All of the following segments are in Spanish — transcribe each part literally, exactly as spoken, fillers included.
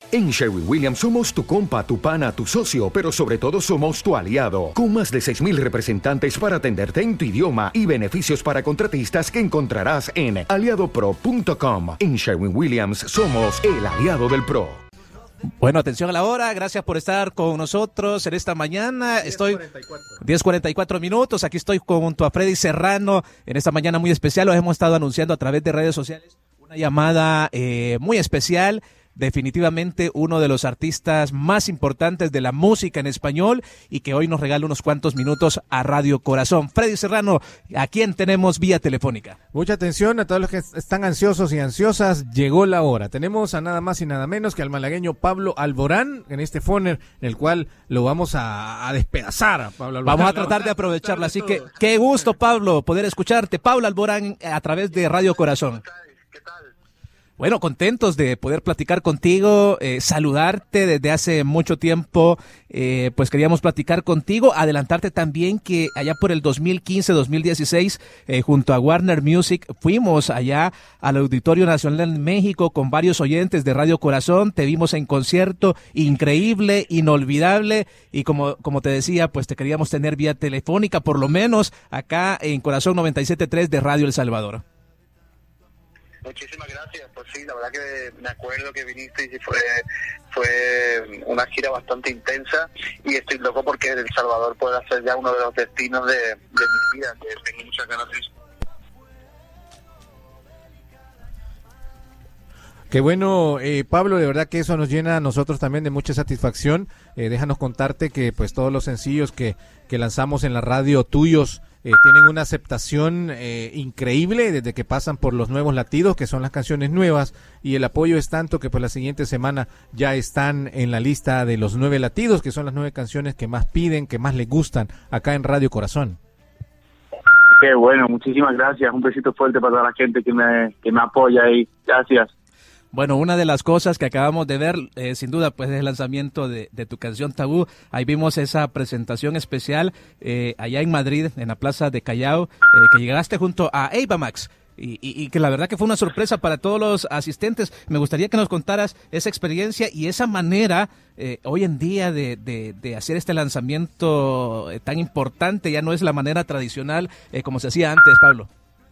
En Sherwin-Williams somos tu compa, tu pana, tu socio, pero sobre todo somos tu aliado, con más de seis mil representantes para atenderte en tu idioma y beneficios para contratistas que encontrarás en aliado pro punto com. En Sherwin-Williams somos el aliado del pro. Bueno, atención a la hora, gracias por estar con nosotros en esta mañana. Estoy diez cuarenta y cuatro minutos, aquí estoy junto a Freddy Serrano en esta mañana muy especial. Lo hemos estado anunciando a través de redes sociales, una llamada eh, muy especial. Definitivamente uno de los artistas más importantes de la música en español y que hoy nos regala unos cuantos minutos a Radio Corazón. Freddy Serrano, ¿a quién tenemos vía telefónica? Mucha atención a todos los que están ansiosos y ansiosas. Llegó la hora. Tenemos a nada más y nada menos que al malagueño Pablo Alborán en este phoner, en el cual lo vamos a, a despedazar a Pablo Alborán. Vamos a tratar de aprovecharlo. Así que qué gusto, Pablo, poder escucharte. Pablo Alborán a través de Radio Corazón. ¿Qué tal? Bueno, contentos de poder platicar contigo, eh, saludarte desde hace mucho tiempo, eh, pues queríamos platicar contigo, adelantarte también que allá por el dos mil quince, dos mil dieciséis, eh, junto a Warner Music, fuimos allá al Auditorio Nacional en México con varios oyentes de Radio Corazón, te vimos en concierto, increíble, inolvidable, y como, como te decía, pues te queríamos tener vía telefónica, por lo menos acá en Corazón noventa y siete punto tres de Radio El Salvador. Muchísimas gracias, pues sí, la verdad que me acuerdo que viniste y fue fue una gira bastante intensa y estoy loco porque El Salvador puede ser ya uno de los destinos de, de mi vida, que tengo muchas ganas de eso. Qué bueno, eh, Pablo, de verdad que eso nos llena a nosotros también de mucha satisfacción. Eh, déjanos contarte que pues todos los sencillos que, que lanzamos en la radio tuyos eh, tienen una aceptación eh, increíble desde que pasan por los nuevos latidos, que son las canciones nuevas, y el apoyo es tanto que pues la siguiente semana ya están en la lista de los nueve latidos, que son las nueve canciones que más piden, que más les gustan acá en Radio Corazón. Qué bueno, muchísimas gracias, un besito fuerte para toda la gente que me, que me apoya ahí, gracias. Bueno, una de las cosas que acabamos de ver, eh, sin duda, pues es el lanzamiento de, de tu canción Tabú. Ahí vimos esa presentación especial eh, allá en Madrid, en la Plaza de Callao, eh, que llegaste junto a Ava Max. Y, y, y que la verdad que fue una sorpresa para todos los asistentes. Me gustaría que nos contaras esa experiencia y esa manera eh, hoy en día de, de, de hacer este lanzamiento eh, tan importante. Ya no es la manera tradicional eh, como se hacía antes, Pablo.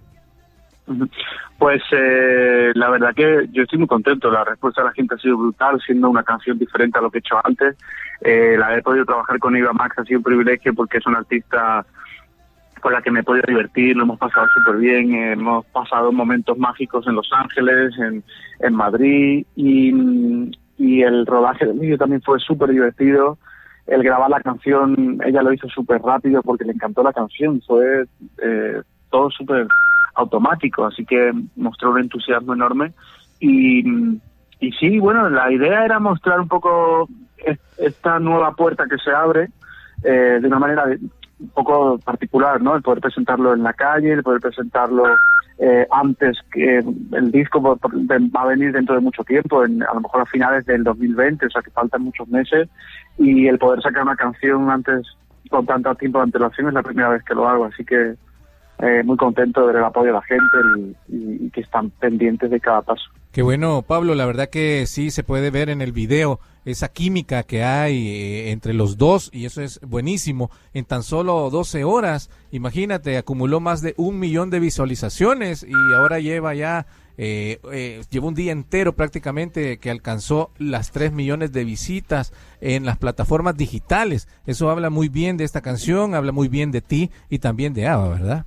Pues eh, la verdad que yo estoy muy contento, la respuesta de la gente ha sido brutal, siendo una canción diferente a lo que he hecho antes. Eh, la he podido trabajar con Ava Max, ha sido un privilegio porque es una artista con la que me he podido divertir, lo hemos pasado súper bien, eh, hemos pasado momentos mágicos en Los Ángeles, en, en Madrid, y, y el rodaje del vídeo también fue súper divertido. El grabar la canción, ella lo hizo súper rápido porque le encantó la canción, fue eh, todo súper automático, así que mostró un entusiasmo enorme y, y sí, bueno, la idea era mostrar un poco esta nueva puerta que se abre eh, de una manera un poco particular, ¿no? El poder presentarlo en la calle, el poder presentarlo eh, antes que el disco va a venir dentro de mucho tiempo, en, a lo mejor a finales del dos mil veinte, o sea que faltan muchos meses, y el poder sacar una canción antes con tanto tiempo de antelación es la primera vez que lo hago, así que Eh, muy contento del apoyo de la gente y, y, y que están pendientes de cada paso. Qué bueno, Pablo, la verdad que sí se puede ver en el video esa química que hay eh, entre los dos y eso es buenísimo. En tan solo doce horas, imagínate, acumuló más de un millón de visualizaciones y ahora lleva ya, eh, eh, lleva un día entero prácticamente que alcanzó las tres millones de visitas en las plataformas digitales. Eso habla muy bien de esta canción, habla muy bien de ti y también de Ava, ¿verdad?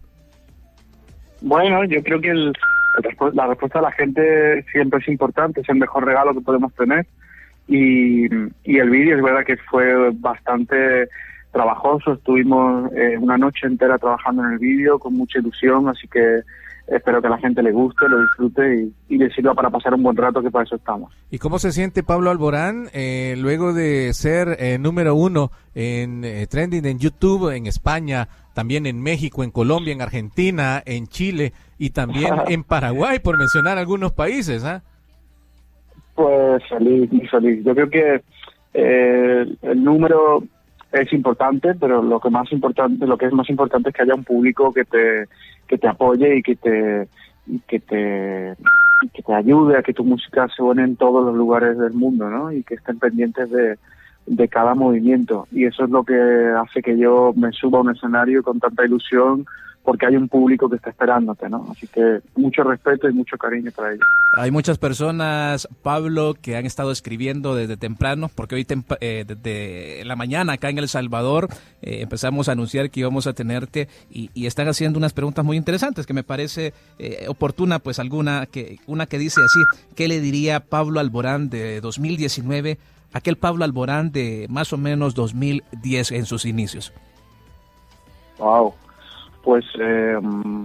Bueno, yo creo que el, el, la respuesta de la gente siempre es importante, es el mejor regalo que podemos tener y, y el vídeo es verdad que fue bastante trabajoso, estuvimos eh, una noche entera trabajando en el vídeo con mucha ilusión, así que espero que a la gente le guste, lo disfrute y, y le sirva para pasar un buen rato, que para eso estamos. ¿Y cómo se siente Pablo Alborán eh, luego de ser eh, número uno en eh, trending en YouTube en España, también en México, en Colombia, en Argentina, en Chile y también en Paraguay, por mencionar algunos países? ¿eh? Pues feliz, muy feliz. Yo creo que eh, el número es importante, pero lo que más importante, lo que es más importante es que haya un público que te que te apoye y que te y que te que te ayude a que tu música se suene en todos los lugares del mundo, ¿no? Y que estén pendientes de, de cada movimiento. Y eso es lo que hace que yo me suba a un escenario con tanta ilusión, porque hay un público que está esperándote, ¿no? Así que mucho respeto y mucho cariño para ellos. Hay muchas personas, Pablo, que han estado escribiendo desde temprano, porque hoy temp eh, desde la mañana acá en El Salvador eh, empezamos a anunciar que íbamos a tenerte y, y están haciendo unas preguntas muy interesantes que me parece eh, oportuna, pues alguna que una que dice así: ¿qué le diría Pablo Alborán de dos mil diecinueve a aquel Pablo Alborán de más o menos dos mil diez en sus inicios? Wow. Pues eh,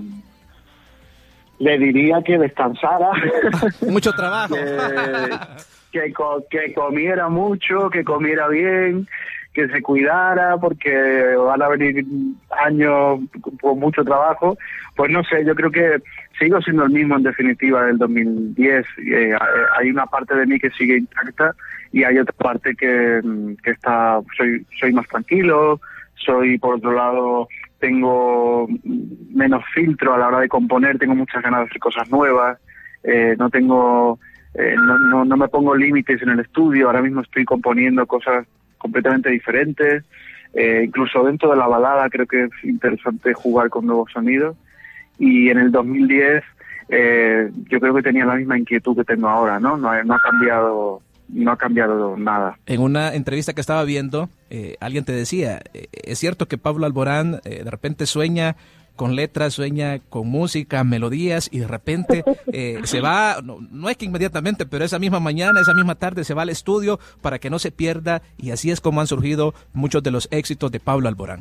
le diría que descansara. Mucho trabajo. que, que, co que comiera mucho, que comiera bien, que se cuidara, porque van a venir años con mucho trabajo. Pues no sé, yo creo que sigo siendo el mismo en definitiva del dos mil diez. Eh, hay una parte de mí que sigue intacta y hay otra parte que, que está, soy, soy más tranquilo, soy por otro lado... tengo menos filtro a la hora de componer, tengo muchas ganas de hacer cosas nuevas, eh, no tengo, eh, no, no, no me pongo límites en el estudio, ahora mismo estoy componiendo cosas completamente diferentes, eh, incluso dentro de la balada creo que es interesante jugar con nuevos sonidos, y en el dos mil diez eh, yo creo que tenía la misma inquietud que tengo ahora, ¿no? No, no ha cambiado... no ha cambiado nada. En una entrevista que estaba viendo, eh, alguien te decía, eh, es cierto que Pablo Alborán eh, de repente sueña con letras, sueña con música, melodías, y de repente eh, se va, no, no es que inmediatamente, pero esa misma mañana, esa misma tarde se va al estudio para que no se pierda, y así es como han surgido muchos de los éxitos de Pablo Alborán.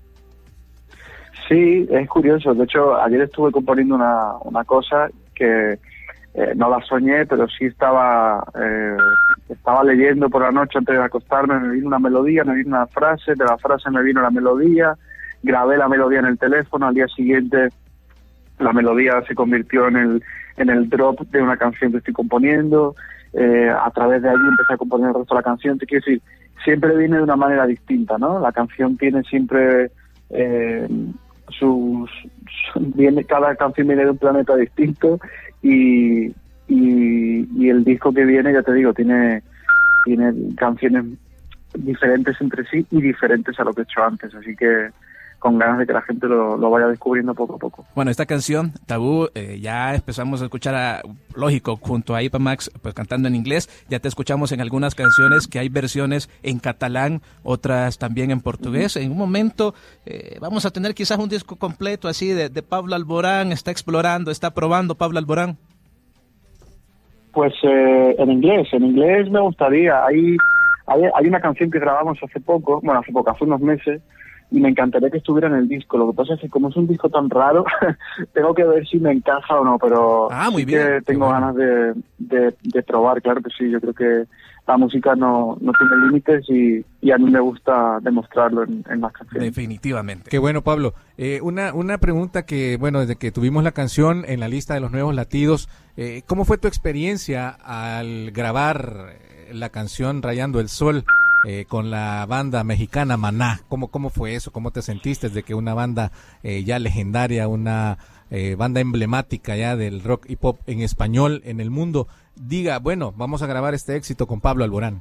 Sí, es curioso. De hecho, ayer estuve componiendo una, una cosa que Eh, no la soñé, pero sí estaba eh, estaba leyendo por la noche antes de acostarme, me vino una melodía, me vino una frase, de la frase me vino la melodía, grabé la melodía en el teléfono, al día siguiente la melodía se convirtió en el en el drop de una canción que estoy componiendo, eh, a través de ahí empecé a componer el resto de la canción. Te quiero decir, siempre viene de una manera distinta, ¿no? La canción tiene siempre eh, sus, viene, cada canción viene de un planeta distinto. Y, y, y el disco que viene, ya te digo, tiene, tiene canciones diferentes entre sí y diferentes a lo que he hecho antes, así que con ganas de que la gente lo, lo vaya descubriendo poco a poco. Bueno, esta canción, Tabú, eh, ya empezamos a escuchar, a, lógico, junto a Ipa Max, pues cantando en inglés. Ya te escuchamos en algunas canciones que hay versiones en catalán, otras también en portugués. Uh-huh. En un momento eh, vamos a tener quizás un disco completo así de, de Pablo Alborán. Está explorando, está probando Pablo Alborán. Pues eh, en inglés, en inglés me gustaría. Hay, hay, hay una canción que grabamos hace poco, bueno, hace poco, hace unos meses, y me encantaría que estuviera en el disco. Lo que pasa es que como es un disco tan raro, tengo que ver si me encaja o no, pero ah, muy sí bien. que tengo bueno. ganas de, de, de probar, claro que sí. Yo creo que la música no, no tiene límites y, y a mí me gusta demostrarlo en, en las canciones. Definitivamente. Qué bueno, Pablo. Eh, una, una pregunta que, bueno, desde que tuvimos la canción en la lista de los nuevos latidos, eh, ¿cómo fue tu experiencia al grabar la canción Rayando el Sol? Eh, con la banda mexicana Maná, ¿cómo, cómo fue eso? ¿Cómo te sentiste de que una banda eh, ya legendaria, una eh, banda emblemática ya del rock y pop en español en el mundo, diga, bueno, vamos a grabar este éxito con Pablo Alborán?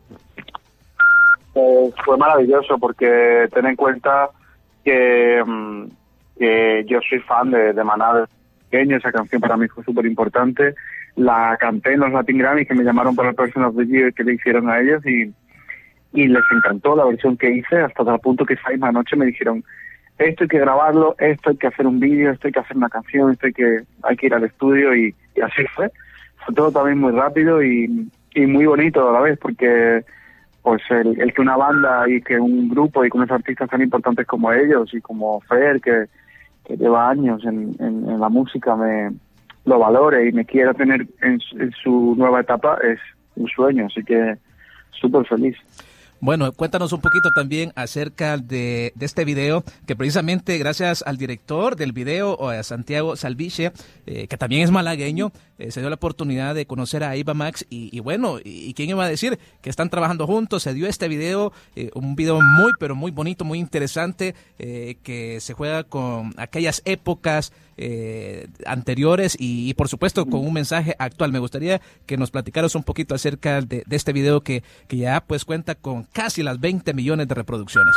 Eh, fue maravilloso porque ten en cuenta que, um, que yo soy fan de, de Maná desde pequeño. Esa canción para mí fue súper importante. La canté en los Latin Grammy, que me llamaron para el Person of the Year que le hicieron a ellos, y y les encantó la versión que hice, hasta tal punto que esa misma noche me dijeron, esto hay que grabarlo, esto hay que hacer un vídeo, esto hay que hacer una canción, esto hay que hay que ir al estudio, y, y así fue. Fue todo también muy rápido y, y muy bonito a la vez, porque pues el, el que una banda y que un grupo y con unos artistas tan importantes como ellos y como Fer, que, que lleva años en, en, en la música, me lo valore y me quiera tener en, en su nueva etapa, es un sueño, así que súper feliz. Bueno, cuéntanos un poquito también acerca de, de este video, que precisamente gracias al director del video, a Santiago Salviche, eh, que también es malagueño, eh, se dio la oportunidad de conocer a Iba Max y, y bueno, y, y quién iba a decir que están trabajando juntos, se dio este video, eh, un video muy pero muy bonito, muy interesante, eh, que se juega con aquellas épocas eh, anteriores y, y por supuesto con un mensaje actual. Me gustaría que nos platicaras un poquito acerca de, de este video que, que ya pues cuenta con casi las veinte millones de reproducciones.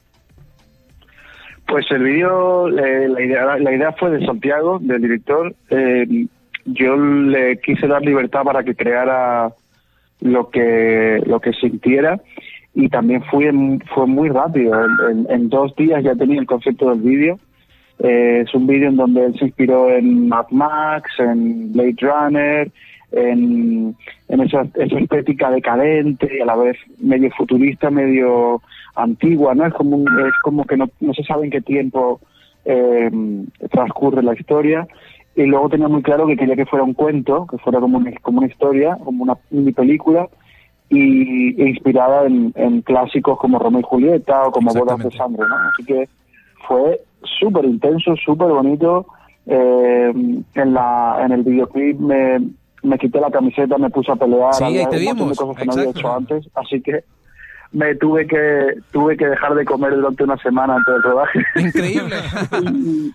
Pues el vídeo, eh, la idea la idea fue de Santiago, del director. Eh, yo le quise dar libertad para que creara lo que lo que sintiera y también fue, fue muy rápido. En, en, en dos días ya tenía el concepto del vídeo. Eh, es un vídeo en donde él se inspiró en Mad Max, en Blade Runner, en, en esa, esa estética decadente y a la vez medio futurista, medio antigua, ¿no? Es como, un, es como que no, no se sabe en qué tiempo eh, transcurre la historia. Y luego tenía muy claro que quería que fuera un cuento, que fuera como una, como una historia, como una mini película, y e inspirada en, en clásicos como Romeo y Julieta o como Bodas de Sangre, ¿no? Así que fue súper intenso, súper bonito. Eh, en la en el videoclip me, me quité la camiseta, me puse a pelear, sí, había te un montón vimos. de cosas que Exacto. no había hecho antes, así que me tuve que tuve que dejar de comer durante una semana antes del rodaje. Increíble. y,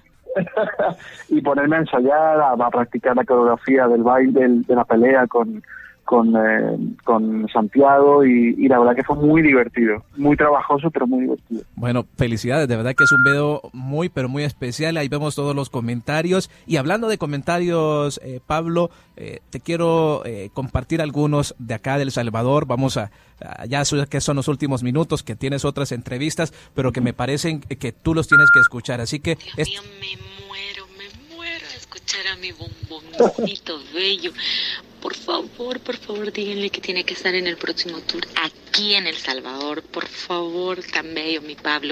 y ponerme a ensayar, a, a practicar la coreografía del baile, del, de la pelea con con eh, con Santiago y, y la verdad que fue muy divertido, muy trabajoso pero muy divertido. Bueno, felicidades, de verdad que es un video muy pero muy especial, ahí vemos todos los comentarios y hablando de comentarios, eh, Pablo, eh, te quiero eh, compartir algunos de acá de El Salvador, vamos a, a ya que son los últimos minutos, que tienes otras entrevistas, pero que me parecen que tú los tienes que escuchar, así que... Dios mío, me muero, me muero a escuchar a mi bomboncito bello. Por favor, por favor, díganle que tiene que estar en el próximo tour aquí en El Salvador. Por favor, tan bello, mi Pablo.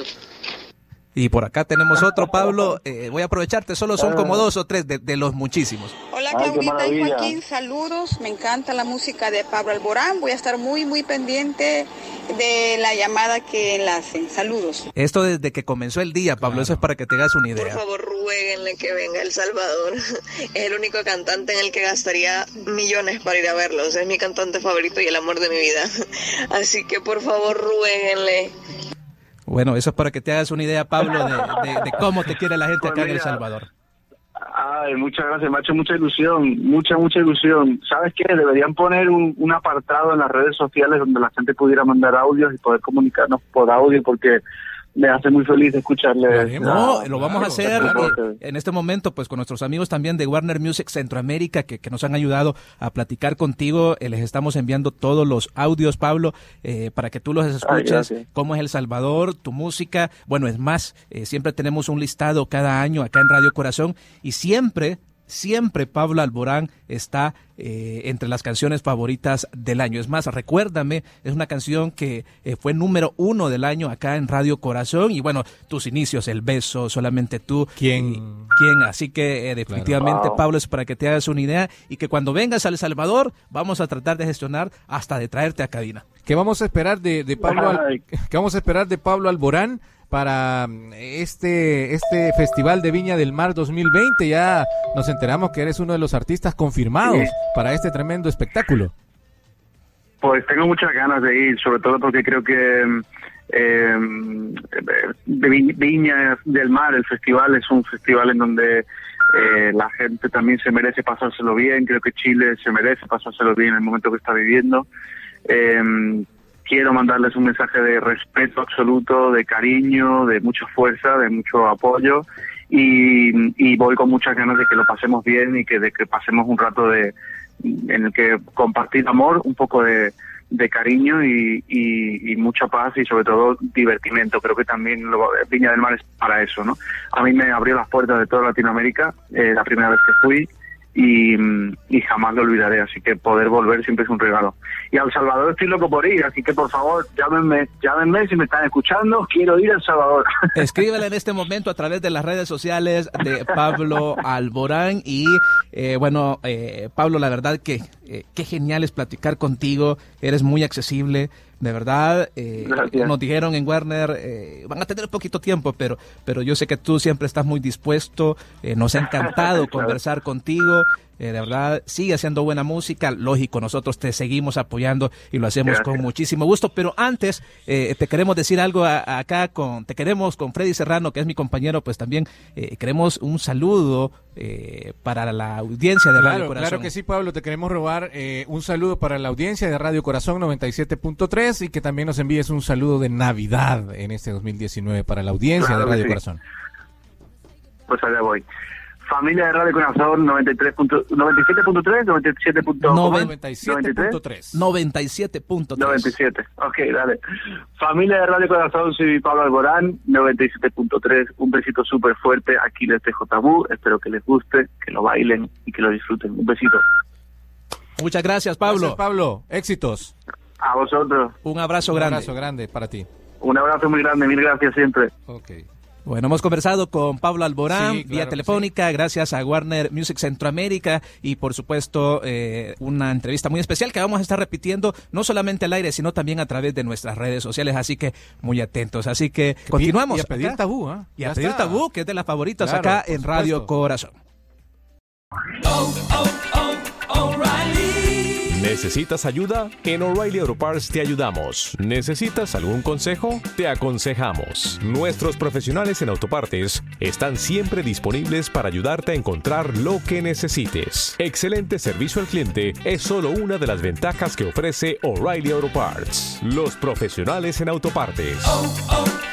Y por acá tenemos otro, Pablo. Eh, voy a aprovecharte, solo son como dos o tres de, de los muchísimos. Hola, Ay, Claudita y Joaquín, saludos. Me encanta la música de Pablo Alborán. Voy a estar muy, muy pendiente de la llamada que enlacen. Saludos. Esto desde que comenzó el día, Pablo, eso es para que te hagas una idea. Por favor, ruéguenle que venga a El Salvador. Es el único cantante en el que gastaría millones para ir a verlos. Es mi cantante favorito y el amor de mi vida. Así que por favor, ruéguenle. Bueno, eso es para que te hagas una idea, Pablo, de, de, de cómo te quiere la gente acá en El Salvador. Ay, muchas gracias, me ha hecho mucha ilusión, mucha, mucha ilusión. ¿Sabes qué? Deberían poner un, un apartado en las redes sociales donde la gente pudiera mandar audios y poder comunicarnos por audio, porque me hace muy feliz escucharle. No, lo vamos claro, a hacer claro. eh, en este momento, pues con nuestros amigos también de Warner Music Centroamérica que, que nos han ayudado a platicar contigo. Eh, les estamos enviando todos los audios, Pablo, eh, para que tú los escuches. Ay, cómo es El Salvador, tu música. Bueno, es más, eh, siempre tenemos un listado cada año acá en Radio Corazón y siempre... Siempre Pablo Alborán está eh, entre las canciones favoritas del año. Es más, Recuérdame es una canción que eh, fue número uno del año acá en Radio Corazón. Y bueno, tus inicios, El Beso, Solamente Tú. ¿Quién? Eh, ¿Quién? Así que eh, definitivamente, claro. Pablo, es para que te hagas una idea y que cuando vengas a El Salvador vamos a tratar de gestionar hasta de traerte a cabina. ¿Qué vamos a esperar de, de Pablo Al- ¿Qué vamos a esperar de Pablo Alborán para este este Festival de Viña del Mar dos mil veinte? Ya nos enteramos que eres uno de los artistas confirmados sí. para este tremendo espectáculo. Pues tengo muchas ganas de ir, sobre todo porque creo que eh, Viña del Mar, el festival, es un festival en donde eh, la gente también se merece pasárselo bien. Creo que Chile se merece pasárselo bien en el momento que está viviendo. Eh, Quiero mandarles un mensaje de respeto absoluto, de cariño, de mucha fuerza, de mucho apoyo y, y voy con muchas ganas de que lo pasemos bien y que de que pasemos un rato de en el que compartir amor, un poco de, de cariño y, y, y mucha paz y sobre todo divertimento. Creo que también lo, Viña del Mar es para eso, ¿no? A mí me abrió las puertas de toda Latinoamérica eh, la primera vez que fui. Y, y jamás lo olvidaré, así que poder volver siempre es un regalo. Y a El Salvador estoy loco por ir, así que por favor, llámenme, llámenme si me están escuchando, quiero ir a El Salvador. Escríbele en este momento a través de las redes sociales de Pablo Alborán y eh, bueno, eh, Pablo, la verdad que eh, qué genial es platicar contigo, eres muy accesible, de verdad, eh, nos dijeron en Warner, eh, van a tener poquito tiempo, pero, pero yo sé que tú siempre estás muy dispuesto, eh, nos ha encantado claro. conversar contigo. Eh, de verdad, sigue haciendo buena música, lógico, nosotros te seguimos apoyando y lo hacemos Gracias. Con muchísimo gusto, pero antes eh, te queremos decir algo a, a acá, con te queremos con Freddy Serrano, que es mi compañero, pues también eh, queremos un saludo eh, para la audiencia de claro, Radio Corazón. Claro que sí, Pablo, te queremos robar eh, un saludo para la audiencia de Radio Corazón noventa y siete punto tres y que también nos envíes un saludo de Navidad en este dos mil diecinueve para la audiencia claro de Radio sí. Corazón. Pues allá voy. Familia de Radio Corazón noventa y tres noventa y siete punto tres, noventa y siete punto tres noventa y siete punto tres noventa y siete, ok, dale. Familia de Radio Corazón, soy Pablo Alborán, noventa y siete punto tres, un besito súper fuerte, aquí les dejo Tabú, espero que les guste, que lo bailen y que lo disfruten. Un besito. Muchas gracias, Pablo. Gracias, Pablo. Éxitos. A vosotros. Un abrazo grande. Un abrazo grande para ti. Un abrazo muy grande, mil gracias siempre. Ok. Bueno, hemos conversado con Pablo Alborán sí, claro vía telefónica, sí. gracias a Warner Music Centroamérica y por supuesto eh, una entrevista muy especial que vamos a estar repitiendo no solamente al aire, sino también a través de nuestras redes sociales, así que muy atentos. Así que continuamos. Y a pedir acá. Tabú, ¿eh? Y a ya pedir está. Tabú, que es de las favoritas claro, acá en Radio supuesto. Corazón. Oh, oh, oh, O'Reilly. ¿Necesitas ayuda? En O'Reilly Auto Parts te ayudamos. ¿Necesitas algún consejo? Te aconsejamos. Nuestros profesionales en autopartes están siempre disponibles para ayudarte a encontrar lo que necesites. Excelente servicio al cliente es solo una de las ventajas que ofrece O'Reilly Auto Parts. Los profesionales en autopartes. Oh, oh.